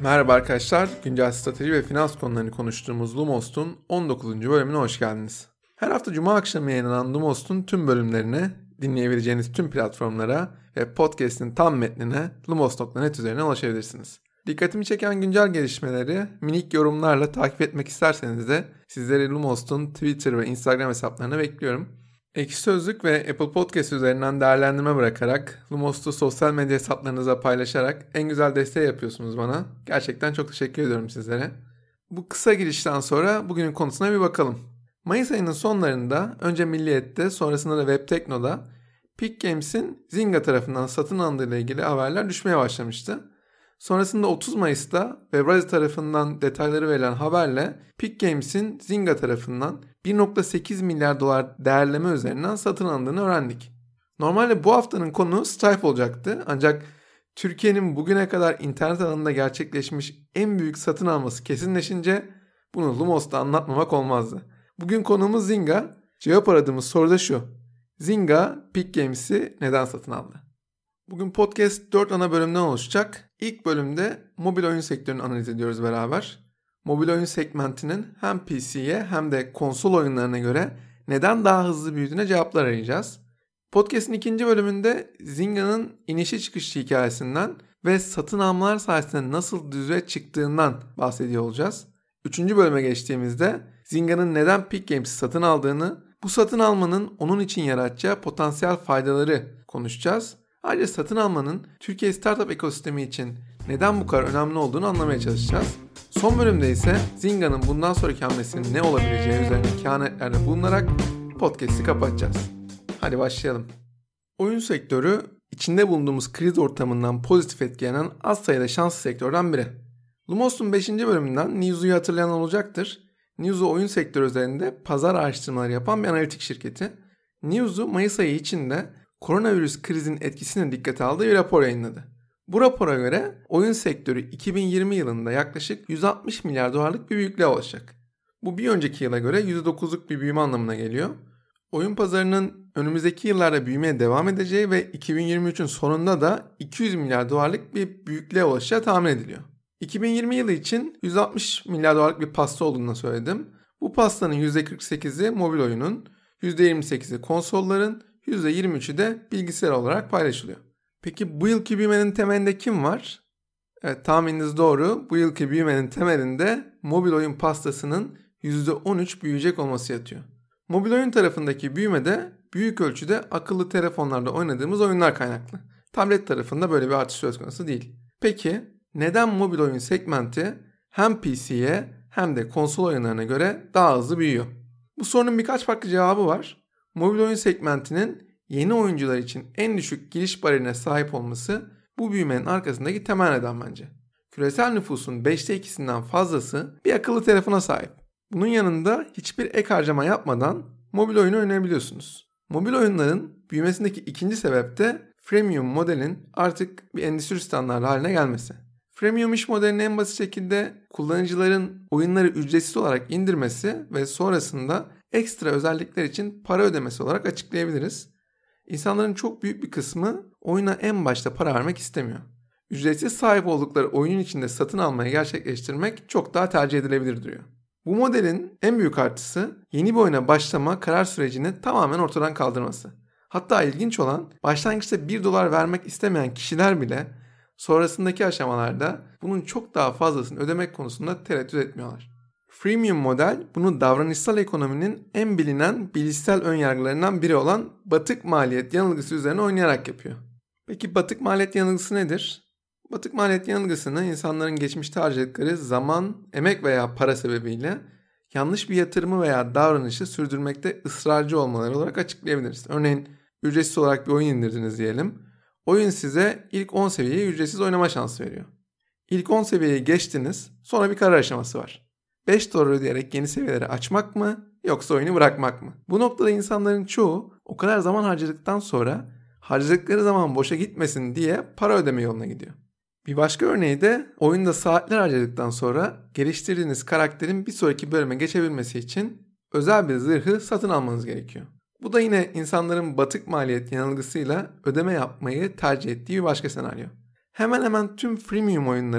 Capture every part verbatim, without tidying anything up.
Merhaba arkadaşlar, güncel strateji ve finans konularını konuştuğumuz Lumos'un on dokuzuncu bölümüne hoş geldiniz. Her hafta Cuma akşamı yayınlanan Lumos'un tüm bölümlerini dinleyebileceğiniz tüm platformlara ve podcast'in tam metnine lumos nokta net üzerine ulaşabilirsiniz. Dikkatimi çeken güncel gelişmeleri minik yorumlarla takip etmek isterseniz de sizleri Lumos'un Twitter ve Instagram hesaplarına bekliyorum. Ekşi Sözlük ve Apple Podcast üzerinden değerlendirme bırakarak, Lumos'u sosyal medya hesaplarınıza paylaşarak en güzel desteği yapıyorsunuz bana. Gerçekten çok teşekkür ediyorum sizlere. Bu kısa girişten sonra bugünün konusuna bir bakalım. Mayıs ayının sonlarında önce Milliyet'te sonrasında da Webtekno'da Peak Games'in Zynga tarafından satın alındığıyla ilgili haberler düşmeye başlamıştı. Sonrasında otuz Mayıs'ta Webrazi tarafından detayları verilen haberle Peak Games'in Zynga tarafından bir virgül sekiz milyar dolar değerleme üzerinden satın alındığını öğrendik. Normalde bu haftanın konu Stripe olacaktı, ancak Türkiye'nin bugüne kadar internet alanında gerçekleşmiş en büyük satın alması kesinleşince bunu Lumos'ta anlatmamak olmazdı. Bugün konuğumuz Zynga. Cevap aradığımız soru da şu: Zynga, Peak Games'i neden satın aldı? Bugün podcast dört ana bölümden oluşacak. İlk bölümde mobil oyun sektörünü analiz ediyoruz beraber. Mobil oyun segmentinin hem P C'ye hem de konsol oyunlarına göre neden daha hızlı büyüdüğüne cevaplar arayacağız. Podcast'in ikinci bölümünde Zynga'nın inişi çıkışı hikayesinden ve satın almalar sayesinde nasıl düze çıktığından bahsediyor olacağız. Üçüncü bölüme geçtiğimizde Zynga'nın neden Peak Games'i satın aldığını, bu satın almanın onun için yaratacağı potansiyel faydaları konuşacağız. Ayrıca satın almanın Türkiye startup ekosistemi için neden bu kadar önemli olduğunu anlamaya çalışacağız. Son bölümde ise Zynga'nın bundan sonraki hamlesinin ne olabileceği üzerine kehanetlerde bulunarak podcast'i kapatacağız. Hadi başlayalım. Oyun sektörü içinde bulunduğumuz kriz ortamından pozitif etkilenen az sayıda şanslı sektörden biri. Lumos'un beşinci bölümünden Newzoo'yu hatırlayan olacaktır. Newzoo oyun sektörü üzerinde pazar araştırmaları yapan bir analitik şirketi. Newzoo Mayıs ayı içinde koronavirüs krizinin etkisini dikkate aldığı bir rapor yayınladı. Bu rapora göre oyun sektörü iki bin yirmi yılında yaklaşık yüz altmış milyar dolarlık bir büyüklüğe ulaşacak. Bu bir önceki yıla göre yüzde dokuzluk bir büyüme anlamına geliyor. Oyun pazarının önümüzdeki yıllarda büyümeye devam edeceği ve iki bin yirmi üçün sonunda da iki yüz milyar dolarlık bir büyüklüğe ulaşacağı tahmin ediliyor. iki bin yirmi yılı için yüz altmış milyar dolarlık bir pasta olduğunu söyledim. Bu pastanın yüzde kırk sekizi mobil oyunun, yüzde yirmi sekizi konsolların, yüzde yirmi üçü de bilgisayar olarak paylaşılıyor. Peki bu yılki büyümenin temelinde kim var? Evet, tahmininiz doğru. Bu yılki büyümenin temelinde mobil oyun pastasının yüzde on üç büyüyecek olması yatıyor. Mobil oyun tarafındaki büyüme de büyük ölçüde akıllı telefonlarda oynadığımız oyunlar kaynaklı. Tablet tarafında böyle bir artış söz konusu değil. Peki neden mobil oyun segmenti hem P C'ye hem de konsol oyunlarına göre daha hızlı büyüyor? Bu sorunun birkaç farklı cevabı var. Mobil oyun segmentinin yeni oyuncular için en düşük giriş bariyerine sahip olması bu büyümenin arkasındaki temel neden bence. Küresel nüfusun beşte ikisinden fazlası bir akıllı telefona sahip. Bunun yanında hiçbir ek harcama yapmadan mobil oyunu oynayabiliyorsunuz. Mobil oyunların büyümesindeki ikinci sebep de freemium modelin artık bir endüstri standardı haline gelmesi. Freemium iş modelini en basit şekilde kullanıcıların oyunları ücretsiz olarak indirmesi ve sonrasında ekstra özellikler için para ödemesi olarak açıklayabiliriz. İnsanların çok büyük bir kısmı oyuna en başta para vermek istemiyor. Ücretsiz sahip oldukları oyunun içinde satın almayı gerçekleştirmek çok daha tercih edilebilir duruyor. Bu modelin en büyük artısı yeni bir oyuna başlama karar sürecini tamamen ortadan kaldırması. Hatta ilginç olan başlangıçta bir dolar vermek istemeyen kişiler bile sonrasındaki aşamalarda bunun çok daha fazlasını ödemek konusunda tereddüt etmiyorlar. Freemium model bunu davranışsal ekonominin en bilinen bilişsel önyargılarından biri olan batık maliyet yanılgısı üzerine oynayarak yapıyor. Peki batık maliyet yanılgısı nedir? Batık maliyet yanılgısını insanların geçmişte harcadıkları zaman, emek veya para sebebiyle yanlış bir yatırımı veya davranışı sürdürmekte ısrarcı olmaları olarak açıklayabiliriz. Örneğin ücretsiz olarak bir oyun indirdiniz diyelim. Oyun size ilk on seviyeyi ücretsiz oynama şansı veriyor. İlk on seviyeyi geçtiniz, sonra bir karar aşaması var. beş dolar ödeyerek yeni seviyeleri açmak mı yoksa oyunu bırakmak mı? Bu noktada insanların çoğu o kadar zaman harcadıktan sonra harcadıkları zaman boşa gitmesin diye para ödeme yoluna gidiyor. Bir başka örneği de oyunda saatler harcadıktan sonra geliştirdiğiniz karakterin bir sonraki bölüme geçebilmesi için özel bir zırhı satın almanız gerekiyor. Bu da yine insanların batık maliyet yanılgısıyla ödeme yapmayı tercih ettiği bir başka senaryo. Hemen hemen tüm freemium oyunların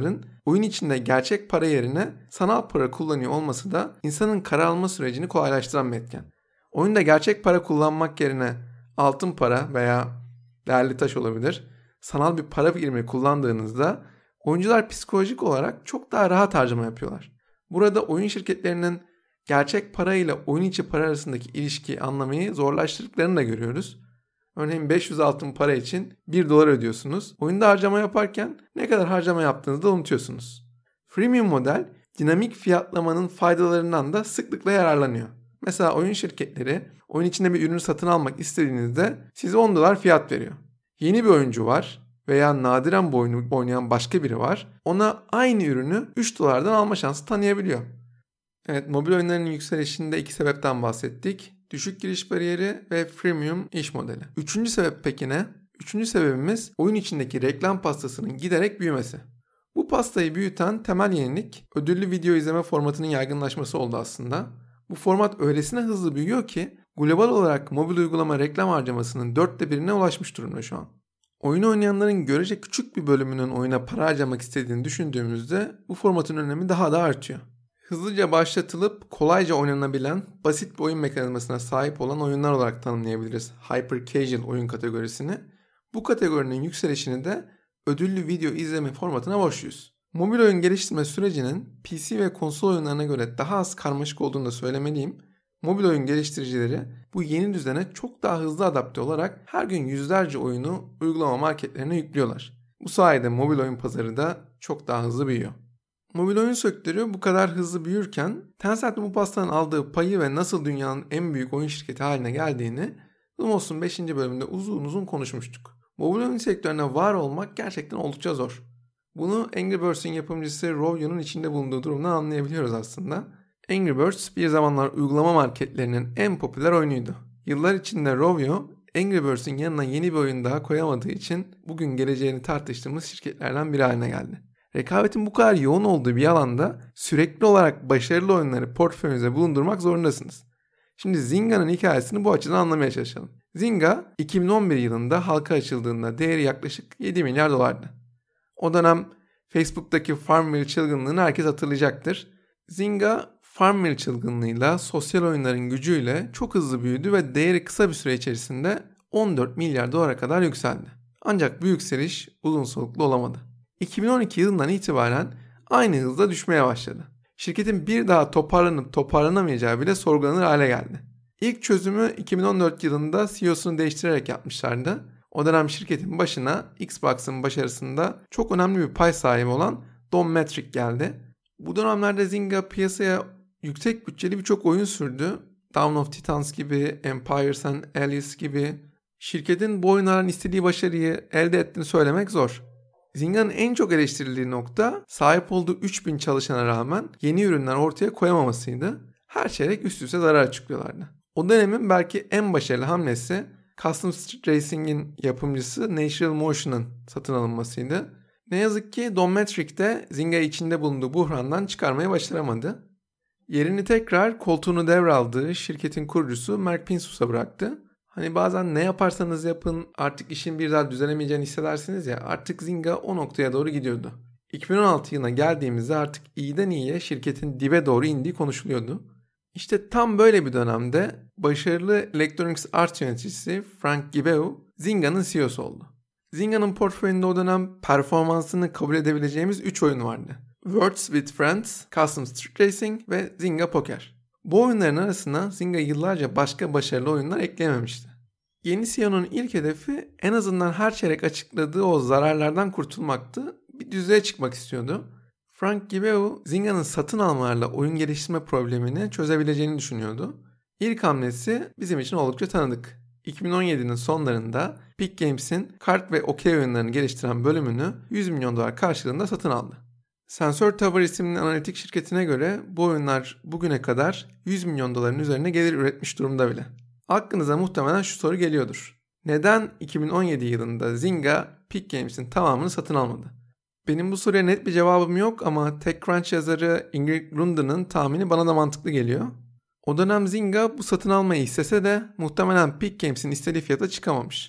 oyun içinde gerçek para yerine sanal para kullanıyor olması da insanın karar alma sürecini kolaylaştıran bir etken. Oyunda gerçek para kullanmak yerine altın para veya değerli taş olabilir, sanal bir para birimi kullandığınızda oyuncular psikolojik olarak çok daha rahat harcama yapıyorlar. Burada oyun şirketlerinin gerçek para ile oyun içi para arasındaki ilişkiyi anlamayı zorlaştırdıklarını da görüyoruz. Örneğin beş yüz altın para için bir dolar ödüyorsunuz. Oyunda harcama yaparken ne kadar harcama yaptığınızı da unutuyorsunuz. Freemium model dinamik fiyatlamanın faydalarından da sıklıkla yararlanıyor. Mesela oyun şirketleri oyun içinde bir ürünü satın almak istediğinizde size on dolar fiyat veriyor. Yeni bir oyuncu var veya nadiren bu oyunu oynayan başka biri var. Ona aynı ürünü üç dolardan alma şansı tanıyabiliyor. Evet, mobil oyunlarının yükselişinde iki sebepten bahsettik. Düşük giriş bariyeri ve freemium iş modeli. Üçüncü sebep peki ne? Üçüncü sebebimiz oyun içindeki reklam pastasının giderek büyümesi. Bu pastayı büyüten temel yenilik ödüllü video izleme formatının yaygınlaşması oldu aslında. Bu format öylesine hızlı büyüyor ki global olarak mobil uygulama reklam harcamasının dörtte birine ulaşmış durumda şu an. Oyunu oynayanların görece küçük bir bölümünün oyuna para harcamak istediğini düşündüğümüzde bu formatın önemi daha da artıyor. Hızlıca başlatılıp kolayca oynanabilen basit bir oyun mekanizmasına sahip olan oyunlar olarak tanımlayabiliriz hyper casual oyun kategorisini. Bu kategorinin yükselişini de ödüllü video izleme formatına borçluyuz. Mobil oyun geliştirme sürecinin P C ve konsol oyunlarına göre daha az karmaşık olduğunu da söylemeliyim. Mobil oyun geliştiricileri bu yeni düzene çok daha hızlı adapte olarak her gün yüzlerce oyunu uygulama marketlerine yüklüyorlar. Bu sayede mobil oyun pazarı da çok daha hızlı büyüyor. Mobil oyun sektörü bu kadar hızlı büyürken Tencent'in bu pastanın aldığı payı ve nasıl dünyanın en büyük oyun şirketi haline geldiğini Lumos'un beşinci bölümünde uzun uzun konuşmuştuk. Mobil oyun sektörüne var olmak gerçekten oldukça zor. Bunu Angry Birds'in yapımcısı Rovio'nun içinde bulunduğu durumdan anlayabiliyoruz aslında. Angry Birds bir zamanlar uygulama marketlerinin en popüler oyunuydu. Yıllar içinde Rovio, Angry Birds'in yanına yeni bir oyun daha koyamadığı için bugün geleceğini tartıştığımız şirketlerden biri haline geldi. Rekabetin bu kadar yoğun olduğu bir alanda sürekli olarak başarılı oyunları portföyünüze bulundurmak zorundasınız. Şimdi Zynga'nın hikayesini bu açıdan anlamaya çalışalım. Zynga iki bin on bir yılında halka açıldığında değeri yaklaşık yedi milyar dolardı. O dönem Facebook'taki Farmville çılgınlığını herkes hatırlayacaktır. Zynga Farmville çılgınlığıyla sosyal oyunların gücüyle çok hızlı büyüdü ve değeri kısa bir süre içerisinde on dört milyar dolara kadar yükseldi. Ancak bu yükseliş uzun soluklu olamadı. iki bin on iki yılından itibaren aynı hızla düşmeye başladı. Şirketin bir daha toparlanıp toparlanamayacağı bile sorgulanır hale geldi. İlk çözümü iki bin on dört yılında C E O'sunu değiştirerek yapmışlardı. O dönem şirketin başına Xbox'ın başarısında çok önemli bir pay sahibi olan Don Matrick geldi. Bu dönemlerde Zynga piyasaya yüksek bütçeli birçok oyun sürdü. Dawn of Titans gibi, Empires and Allies gibi. Şirketin bu oyunların istediği başarıyı elde ettiğini söylemek zor. Zynga'nın en çok eleştirildiği nokta sahip olduğu üç bin çalışana rağmen yeni ürünler ortaya koyamamasıydı. Her çeyrek üst üste zarar açıklıyorlardı. O dönemin belki en başarılı hamlesi Custom Street Racing'in yapımcısı Natural Motion'ın satın alınmasıydı. Ne yazık ki Don Matrick de Zynga içinde bulunduğu buhrandan çıkarmayı başaramadı. Yerini tekrar koltuğunu devraldığı şirketin kurucusu Mark Pinsus'a bıraktı. Hani bazen ne yaparsanız yapın artık işin bir daha düzelemeyeceğini hissedersiniz ya, artık Zynga o noktaya doğru gidiyordu. iki bin on altı yılına geldiğimizde artık iyiden iyiye şirketin dibe doğru indiği konuşuluyordu. İşte tam böyle bir dönemde başarılı Electronic Arts yöneticisi Frank Gibeau Zynga'nın C E O'su oldu. Zynga'nın portföyünde o dönem performansını kabul edebileceğimiz üç oyun vardı. Words with Friends, Custom Street Racing ve Zynga Poker. Bu oyunların arasına Zynga yıllarca başka başarılı oyunlar eklememişti. Yeni C E O'nun ilk hedefi en azından her çeyrek açıkladığı o zararlardan kurtulmaktı, bir düzeye çıkmak istiyordu. Frank Gibeau, Zynga'nın satın almalarla oyun geliştirme problemini çözebileceğini düşünüyordu. İlk hamlesi bizim için oldukça tanıdık. iki bin on yedinin sonlarında Peak Games'in kart ve okey oyunlarını geliştiren bölümünü yüz milyon dolar karşılığında satın aldı. Sensor Tower isimli analitik şirketine göre bu oyunlar bugüne kadar yüz milyon doların üzerine gelir üretmiş durumda bile. Aklınıza muhtemelen şu soru geliyordur. Neden iki bin on yedi yılında Zynga Peak Games'in tamamını satın almadı? Benim bu soruya net bir cevabım yok ama TechCrunch yazarı Ingrid Lunde'nın tahmini bana da mantıklı geliyor. O dönem Zynga bu satın almayı istese de muhtemelen Peak Games'in istediği fiyata çıkamamış.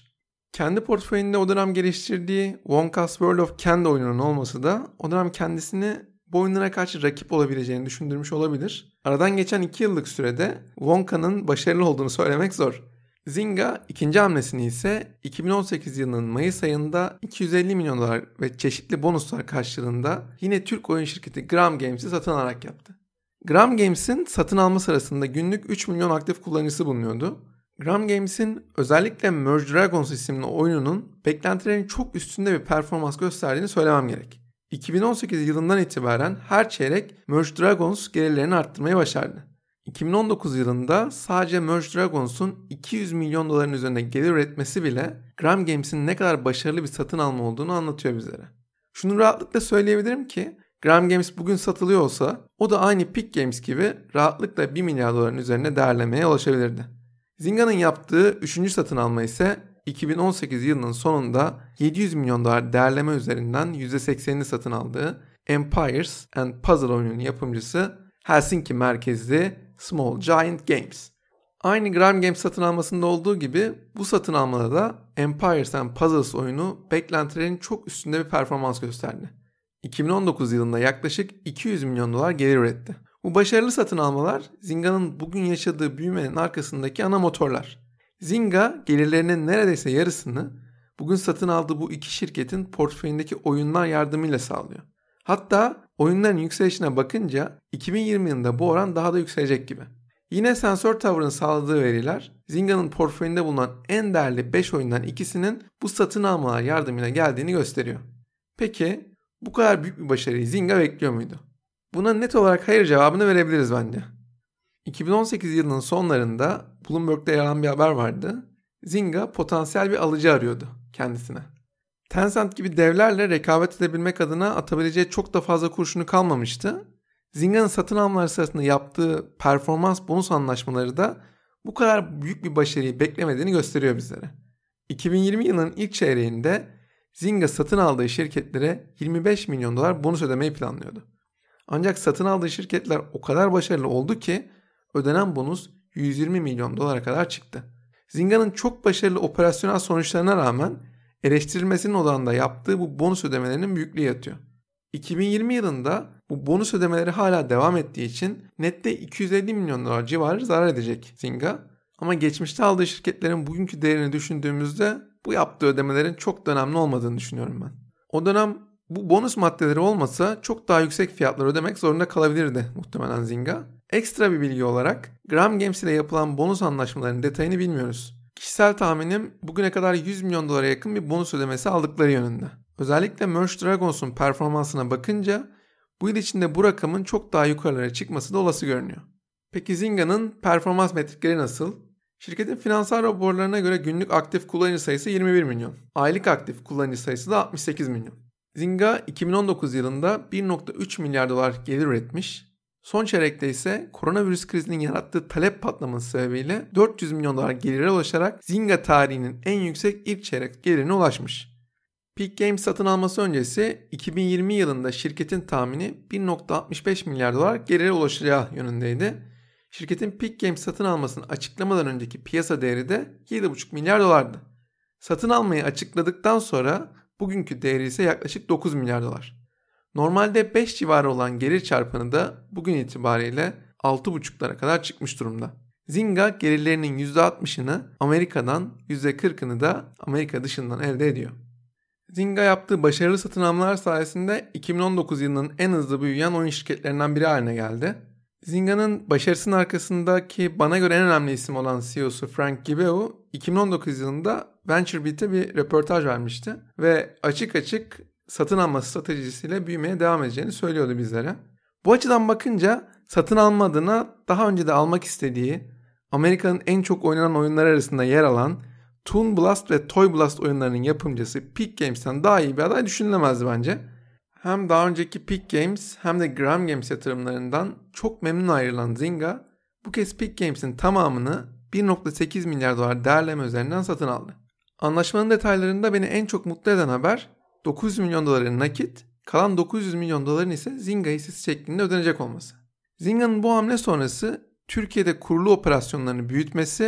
Kendi portföyünde o dönem geliştirdiği Wonka's World of Candy oyununun olması da o dönem kendisini bu oyunlara karşı rakip olabileceğini düşündürmüş olabilir. Aradan geçen iki yıllık sürede Wonka'nın başarılı olduğunu söylemek zor. Zynga ikinci hamlesini ise iki bin on sekiz yılının Mayıs ayında iki yüz elli milyon dolar ve çeşitli bonuslar karşılığında yine Türk oyun şirketi Gram Games'i satın alarak yaptı. Gram Games'in satın alma sırasında günlük üç milyon aktif kullanıcısı bulunuyordu. Gram Games'in özellikle Merge Dragons isimli oyununun beklentilerin çok üstünde bir performans gösterdiğini söylemem gerek. iki bin on sekiz yılından itibaren her çeyrek Merge Dragons gelirlerini arttırmayı başardı. iki bin on dokuz yılında sadece Merge Dragons'un iki yüz milyon doların üzerinde gelir üretmesi bile Gram Games'in ne kadar başarılı bir satın alma olduğunu anlatıyor bizlere. Şunu rahatlıkla söyleyebilirim ki Gram Games bugün satılıyor olsa o da aynı Peak Games gibi rahatlıkla bir milyar doların üzerine değerlemeye ulaşabilirdi. Zynga'nın yaptığı üçüncü satın alma ise iki bin on sekiz yılının sonunda yedi yüz milyon dolar değerleme üzerinden yüzde seksenini satın aldığı Empires and Puzzle oyununun yapımcısı Helsinki merkezli Small Giant Games. Aynı Gram Games satın almasında olduğu gibi bu satın almada da Empires and Puzzles oyunu beklentilerin çok üstünde bir performans gösterdi. iki bin on dokuz yılında yaklaşık iki yüz milyon dolar gelir üretti. Bu başarılı satın almalar Zynga'nın bugün yaşadığı büyümenin arkasındaki ana motorlar. Zynga gelirlerinin neredeyse yarısını bugün satın aldığı bu iki şirketin portföyündeki oyunlar yardımıyla sağlıyor. Hatta oyunların yükselişine bakınca iki bin yirmi yılında bu oran daha da yükselecek gibi. Yine Sensor Tower'ın sağladığı veriler Zynga'nın portföyünde bulunan en değerli beş oyundan ikisinin bu satın almalar yardımıyla geldiğini gösteriyor. Peki bu kadar büyük bir başarıyı Zynga bekliyor muydu? Buna net olarak hayır cevabını verebiliriz bence. iki bin on sekiz yılının sonlarında Bloomberg'de yer alan bir haber vardı. Zynga potansiyel bir alıcı arıyordu kendisine. Tencent gibi devlerle rekabet edebilmek adına atabileceği çok da fazla kurşunu kalmamıştı. Zynga'nın satın almaları sırasında yaptığı performans bonus anlaşmaları da bu kadar büyük bir başarıyı beklemediğini gösteriyor bizlere. iki bin yirmi yılının ilk çeyreğinde Zynga satın aldığı şirketlere yirmi beş milyon dolar bonus ödemeyi planlıyordu. Ancak satın aldığı şirketler o kadar başarılı oldu ki ödenen bonus yüz yirmi milyon dolara kadar çıktı. Zynga'nın çok başarılı operasyonel sonuçlarına rağmen eleştirilmesinin odağında yaptığı bu bonus ödemelerinin büyüklüğü yatıyor. iki bin yirmi yılında bu bonus ödemeleri hala devam ettiği için nette iki yüz elli milyon dolar civarı zarar edecek Zynga. Ama geçmişte aldığı şirketlerin bugünkü değerini düşündüğümüzde bu yaptığı ödemelerin çok da önemli olmadığını düşünüyorum ben. O dönem bu bonus maddeleri olmasa çok daha yüksek fiyatlar ödemek zorunda kalabilirdi muhtemelen Zynga. Ekstra bir bilgi olarak Gram Games ile yapılan bonus anlaşmalarının detayını bilmiyoruz. Kişisel tahminim bugüne kadar yüz milyon dolara yakın bir bonus ödemesi aldıkları yönünde. Özellikle Merge Dragons'un performansına bakınca bu yıl içinde bu rakamın çok daha yukarılara çıkması da olası görünüyor. Peki Zynga'nın performans metrikleri nasıl? Şirketin finansal raporlarına göre günlük aktif kullanıcı sayısı yirmi bir milyon. Aylık aktif kullanıcı sayısı da altmış sekiz milyon. Zynga iki bin on dokuz yılında bir virgül üç milyar dolar gelir üretmiş. Son çeyrekte ise koronavirüs krizinin yarattığı talep patlaması sebebiyle dört yüz milyon dolar gelire ulaşarak Zynga tarihinin en yüksek ilk çeyrek gelirine ulaşmış. Peak Games satın alması öncesi iki bin yirmi yılında şirketin tahmini bir virgül altmış beş milyar dolar gelire ulaşacağı yönündeydi. Şirketin Peak Games satın almasını açıklamadan önceki piyasa değeri de yedi virgül beş milyar dolardı. Satın almayı açıkladıktan sonra bugünkü değeri ise yaklaşık dokuz milyar dolar. Normalde beş civarı olan gelir çarpanı da bugün itibariyle altı buçuklara kadar çıkmış durumda. Zynga gelirlerinin yüzde altmışını Amerika'dan, yüzde kırkını da Amerika dışından elde ediyor. Zynga yaptığı başarılı satın almalar sayesinde iki bin on dokuz yılının en hızlı büyüyen oyun şirketlerinden biri haline geldi. Zynga'nın başarısının arkasındaki bana göre en önemli isim olan C E O'su Frank Gibeau iki bin on dokuz yılında VentureBeat'e bir röportaj vermişti ve açık açık satın alma stratejisiyle büyümeye devam edeceğini söylüyordu bizlere. Bu açıdan bakınca satın alma adına daha önce de almak istediği Amerika'nın en çok oynanan oyunlar arasında yer alan Toon Blast ve Toy Blast oyunlarının yapımcısı Peak Games'ten daha iyi bir aday düşünülemezdi bence. Hem daha önceki Peak Games hem de Gram Games yatırımlarından çok memnun ayrılan Zynga bu kez Peak Games'in tamamını bir virgül sekiz milyar dolar değerleme üzerinden satın aldı. Anlaşmanın detaylarında beni en çok mutlu eden haber dokuz yüz milyon doların nakit, kalan dokuz yüz milyon doların ise Zynga hissesi şeklinde ödenecek olması. Zynga'nın bu hamle sonrası Türkiye'de kurulu operasyonlarını büyütmesi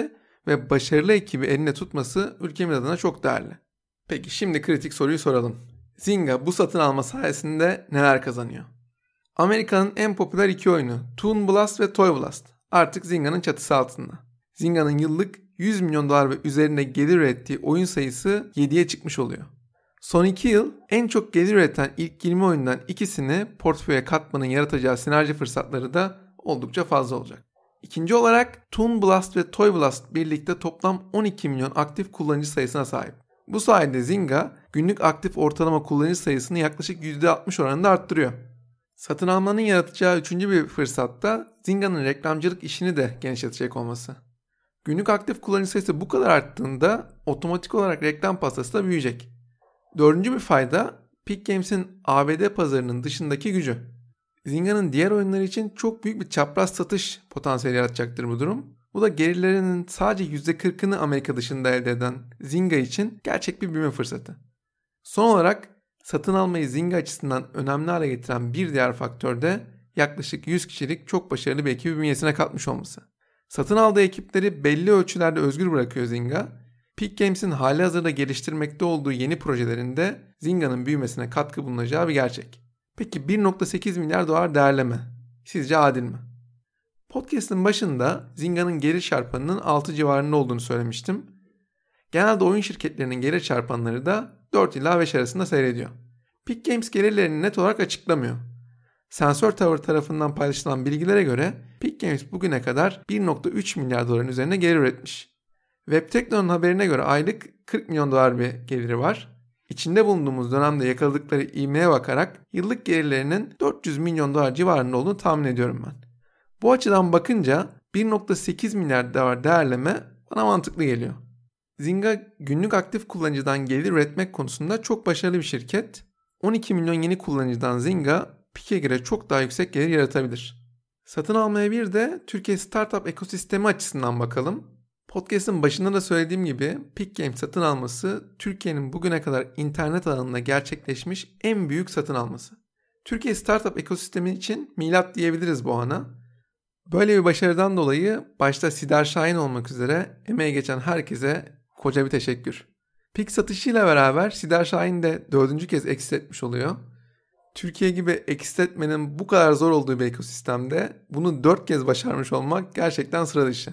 ve başarılı ekibi elinde tutması ülkemiz adına çok değerli. Peki şimdi kritik soruyu soralım. Zynga bu satın alma sayesinde neler kazanıyor? Amerika'nın en popüler iki oyunu Toon Blast ve Toy Blast artık Zynga'nın çatısı altında. Zynga'nın yıllık yüz milyon dolar ve üzerinde gelir ürettiği oyun sayısı yediye çıkmış oluyor. Son iki yıl en çok gelir üreten ilk yirmi oyundan ikisini portföye katmanın yaratacağı sinerji fırsatları da oldukça fazla olacak. İkinci olarak Toon Blast ve Toy Blast birlikte toplam on iki milyon aktif kullanıcı sayısına sahip. Bu sayede Zynga günlük aktif ortalama kullanıcı sayısını yaklaşık yüzde altmış oranında arttırıyor. Satın almanın yaratacağı üçüncü bir fırsat da Zynga'nın reklamcılık işini de genişletecek olması. Günlük aktif kullanıcı sayısı bu kadar arttığında otomatik olarak reklam pastası da büyüyecek. Dördüncü bir fayda Peak Games'in A B D pazarının dışındaki gücü. Zynga'nın diğer oyunları için çok büyük bir çapraz satış potansiyeli yaratacaktır bu durum. Bu da gelirlerinin sadece yüzde kırkını Amerika dışında elde eden Zynga için gerçek bir büyüme fırsatı. Son olarak satın almayı Zynga açısından önemli hale getiren bir diğer faktör de yaklaşık yüz kişilik çok başarılı bir ekibi bünyesine katmış olması. Satın aldığı ekipleri belli ölçülerde özgür bırakıyor Zynga. Peak Games'in halihazırda geliştirmekte olduğu yeni projelerinde Zynga'nın büyümesine katkı bulunacağı bir gerçek. Peki bir virgül sekiz milyar dolar değerleme sizce adil mi? Podcast'ın başında Zynga'nın gelir çarpanının altı civarında olduğunu söylemiştim. Genelde oyun şirketlerinin gelir çarpanları da dört ila beş arasında seyrediyor. Peak Games gelirlerini net olarak açıklamıyor. Sensor Tower tarafından paylaşılan bilgilere göre Peak Games bugüne kadar bir virgül üç milyar doların üzerine gelir üretmiş. WebTechno'nun haberine göre aylık kırk milyon dolar bir geliri var. İçinde bulunduğumuz dönemde yakaladıkları ivmeye bakarak yıllık gelirlerinin dört yüz milyon dolar civarında olduğunu tahmin ediyorum ben. Bu açıdan bakınca bir virgül sekiz milyar dolar değerleme bana mantıklı geliyor. Zynga günlük aktif kullanıcıdan gelir üretmek konusunda çok başarılı bir şirket. on iki milyon yeni kullanıcıdan Zynga Peak'e göre çok daha yüksek gelir yaratabilir. Satın almaya bir de Türkiye startup ekosistemi açısından bakalım. Podcast'ın başında da söylediğim gibi Peak Games satın alması Türkiye'nin bugüne kadar internet alanında gerçekleşmiş en büyük satın alması. Türkiye startup ekosistemi için milat diyebiliriz bu ana. Böyle bir başarıdan dolayı başta Sidar Şahin olmak üzere emeği geçen herkese koca bir teşekkür. Peak satışıyla beraber Sidar Şahin de dördüncü kez exit etmiş oluyor. Türkiye gibi exit etmenin bu kadar zor olduğu bir ekosistemde bunu dört kez başarmış olmak gerçekten sıra dışı.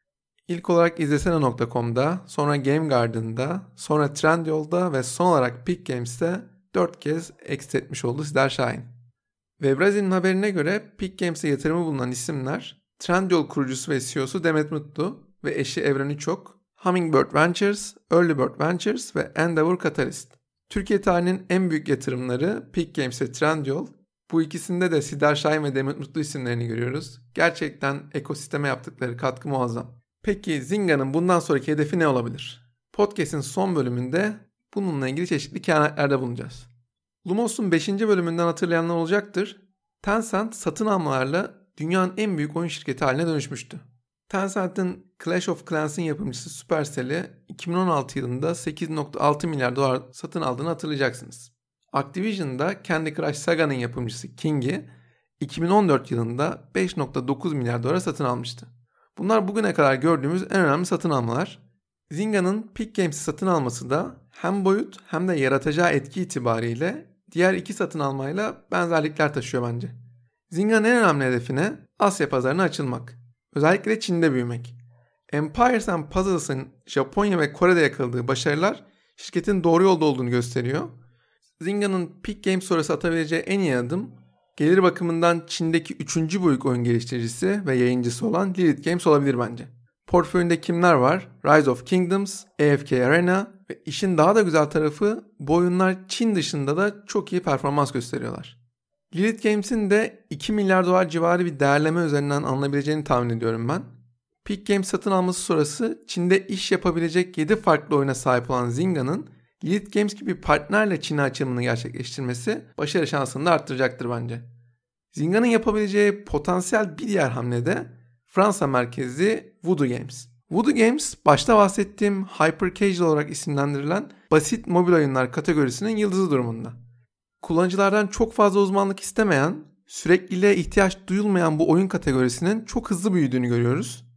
İlk olarak izlesene nokta com'da, sonra Game Garden'da, sonra Trendyol'da ve son olarak Peak Games'te dört kez exit etmiş oldu Sidar Şahin. Webrazi'nin haberine göre Peak Games'e yatırımı bulunan isimler Trendyol kurucusu ve C E O'su Demet Mutlu ve eşi Evren Üçok, Hummingbird Ventures, Early Bird Ventures ve Endeavor Catalyst. Türkiye tarihinin en büyük yatırımları Peak Games ve Trendyol. Bu ikisinde de Sidar Şahin ve Demet Mutlu isimlerini görüyoruz. Gerçekten ekosisteme yaptıkları katkı muazzam. Peki Zynga'nın bundan sonraki hedefi ne olabilir? Podcast'in son bölümünde bununla ilgili çeşitli kehanetlerde bulunacağız. Lumos'un beşinci bölümünden hatırlayanlar olacaktır. Tencent satın almalarla dünyanın en büyük oyun şirketi haline dönüşmüştü. Tencent'in Clash of Clans'in yapımcısı Supercell'i iki bin on altı yılında sekiz virgül altı milyar dolar satın aldığını hatırlayacaksınız. Activision'da Candy Crush Saga'nın yapımcısı King'i iki bin on dört yılında beş virgül dokuz milyar dolara satın almıştı. Bunlar bugüne kadar gördüğümüz en önemli satın almalar. Zynga'nın Peak Games'i satın alması da hem boyut hem de yaratacağı etki itibariyle diğer iki satın almayla benzerlikler taşıyor bence. Zynga'nın en önemli hedefine Asya pazarına açılmak. Özellikle Çin'de büyümek. Empires and Puzzles'ın Japonya ve Kore'de yakaladığı başarılar şirketin doğru yolda olduğunu gösteriyor. Zynga'nın Peak Games sonrası atabileceği en iyi adım gelir bakımından Çin'deki üçüncü büyük oyun geliştiricisi ve yayıncısı olan Lilith Games olabilir bence. Portföyünde kimler var? Rise of Kingdoms, A F K Arena ve işin daha da güzel tarafı bu oyunlar Çin dışında da çok iyi performans gösteriyorlar. Lilith Games'in de iki milyar dolar civarı bir değerleme üzerinden alınabileceğini tahmin ediyorum ben. Peak Games satın alması sonrası Çin'de iş yapabilecek yedi farklı oyuna sahip olan Zynga'nın Lilith Games gibi bir partnerle Çin'e açılımını gerçekleştirmesi başarı şansını da arttıracaktır bence. Zynga'nın yapabileceği potansiyel bir diğer hamle de Fransa merkezli Voodoo Games. Voodoo Games başta bahsettiğim hyper casual olarak isimlendirilen basit mobil oyunlar kategorisinin yıldızı durumunda. Kullanıcılardan çok fazla uzmanlık istemeyen, sürekliliğe ihtiyaç duyulmayan bu oyun kategorisinin çok hızlı büyüdüğünü görüyoruz.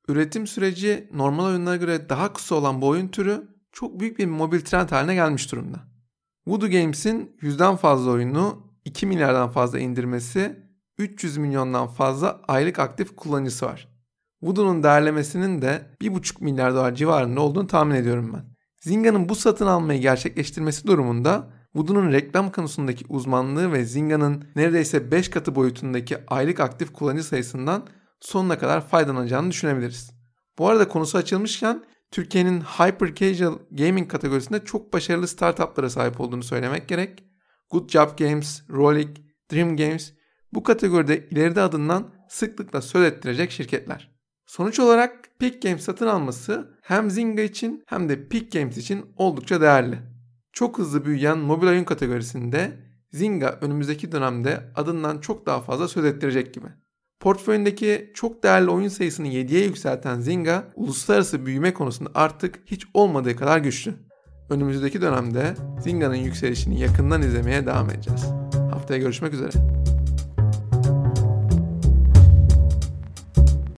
Üretim süreci normal oyunlara göre daha kısa olan bu oyun türü çok büyük bir mobil trend haline gelmiş durumda. Voodoo Games'in yüzden fazla oyunu, iki milyardan fazla indirmesi, üç yüz milyondan fazla aylık aktif kullanıcısı var. Voodoo'nun değerlemesinin de bir buçuk milyar dolar civarında olduğunu tahmin ediyorum ben. Zynga'nın bu satın almayı gerçekleştirmesi durumunda Voodoo'nun reklam konusundaki uzmanlığı ve Zynga'nın neredeyse beş katı boyutundaki aylık aktif kullanıcı sayısından sonuna kadar faydalanacağını düşünebiliriz. Bu arada konusu açılmışken Türkiye'nin hyper casual gaming kategorisinde çok başarılı startuplara sahip olduğunu söylemek gerek. Good Job Games, Rolik, Dream Games bu kategoride ileride adından sıklıkla söz ettirecek şirketler. Sonuç olarak Peak Games satın alması hem Zynga için hem de Peak Games için oldukça değerli. Çok hızlı büyüyen mobil oyun kategorisinde Zynga önümüzdeki dönemde adından çok daha fazla söz ettirecek gibi. Portföyündeki çok değerli oyun sayısını yediye yükselten Zynga, uluslararası büyüme konusunda artık hiç olmadığı kadar güçlü. Önümüzdeki dönemde Zynga'nın yükselişini yakından izlemeye devam edeceğiz. Haftaya görüşmek üzere.